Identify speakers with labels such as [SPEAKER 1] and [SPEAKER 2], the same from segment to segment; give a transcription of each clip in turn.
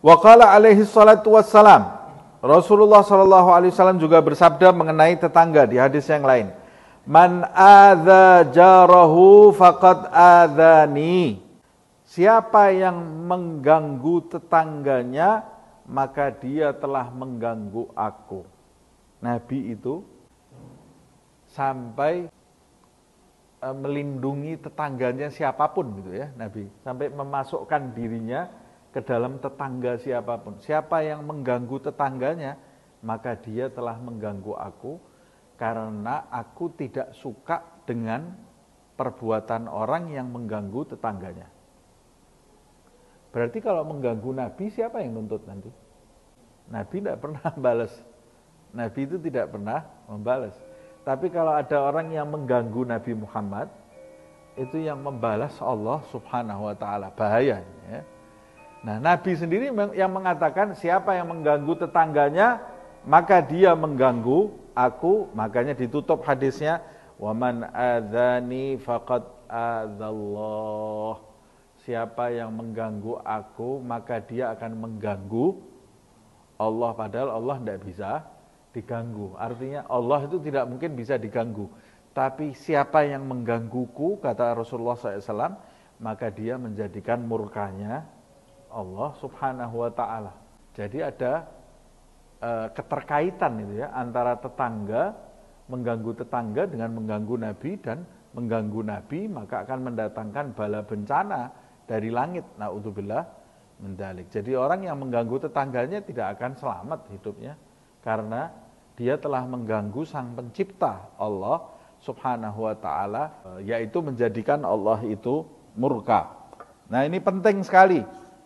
[SPEAKER 1] Wa qala alaihi salatu wassalam, Rasulullah SAW juga bersabda mengenai tetangga di hadis yang lain. Man adza jarahu faqad adzani. Siapa yang mengganggu tetangganya, maka dia telah mengganggu aku. Nabi itu sampai melindungi tetangganya siapapun gitu ya, Nabi. Sampai memasukkan dirinya ke dalam tetangga siapapun. Siapa yang mengganggu tetangganya, maka dia telah mengganggu aku, karena aku tidak suka dengan perbuatan orang yang mengganggu tetangganya. Berarti kalau mengganggu Nabi, siapa yang nuntut nanti? Nabi tidak pernah balas. Nabi itu tidak pernah membalas. Tapi kalau ada orang yang mengganggu Nabi Muhammad, itu yang membalas Allah Subhanahu wa ta'ala. Bahaya. Ya. Nah, Nabi sendiri yang mengatakan siapa yang mengganggu tetangganya, maka dia mengganggu aku. Makanya ditutup hadisnya, waman adzani faqad adzallah. Siapa yang mengganggu aku, maka dia akan mengganggu Allah. Padahal Allah tidak bisa diganggu. Artinya Allah itu tidak mungkin bisa diganggu. Tapi siapa yang menggangguku, kata Rasulullah SAW, maka dia menjadikan murkanya Allah Subhanahu wa ta'ala. Jadi ada keterkaitan itu ya, antara tetangga, mengganggu tetangga dengan mengganggu Nabi, dan mengganggu Nabi maka akan mendatangkan bala bencana dari langit. Na'udzubillah min dzalik. Jadi orang yang mengganggu tetangganya tidak akan selamat hidupnya, karena dia telah mengganggu sang pencipta Allah Subhanahu wa ta'ala, yaitu menjadikan Allah itu murka. Nah, ini penting sekali.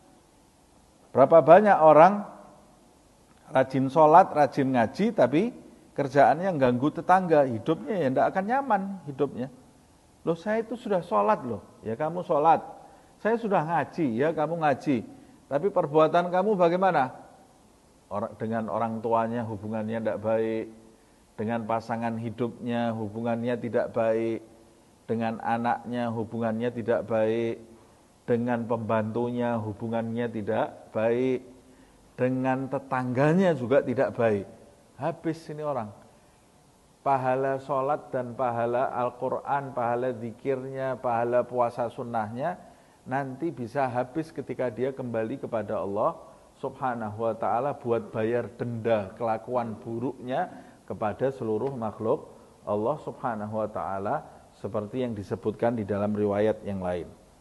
[SPEAKER 1] Berapa banyak orang rajin sholat, rajin ngaji, tapi kerjaannya ganggu tetangga, hidupnya ya tidak akan nyaman hidupnya. Loh, saya itu sudah sholat loh, ya kamu sholat. Saya sudah ngaji, ya kamu ngaji. Tapi perbuatan kamu bagaimana? Dengan orang tuanya hubungannya tidak baik, dengan pasangan hidupnya hubungannya tidak baik, dengan anaknya hubungannya tidak baik, dengan pembantunya hubungannya tidak baik, dengan tetangganya juga tidak baik. Habis ini orang. Pahala sholat dan pahala Al-Quran, pahala zikirnya, pahala puasa sunnahnya, nanti bisa habis ketika dia kembali kepada Allah Subhanahu wa ta'ala buat bayar denda kelakuan buruknya kepada seluruh makhluk Allah Subhanahu wa ta'ala, seperti yang disebutkan di dalam riwayat yang lain.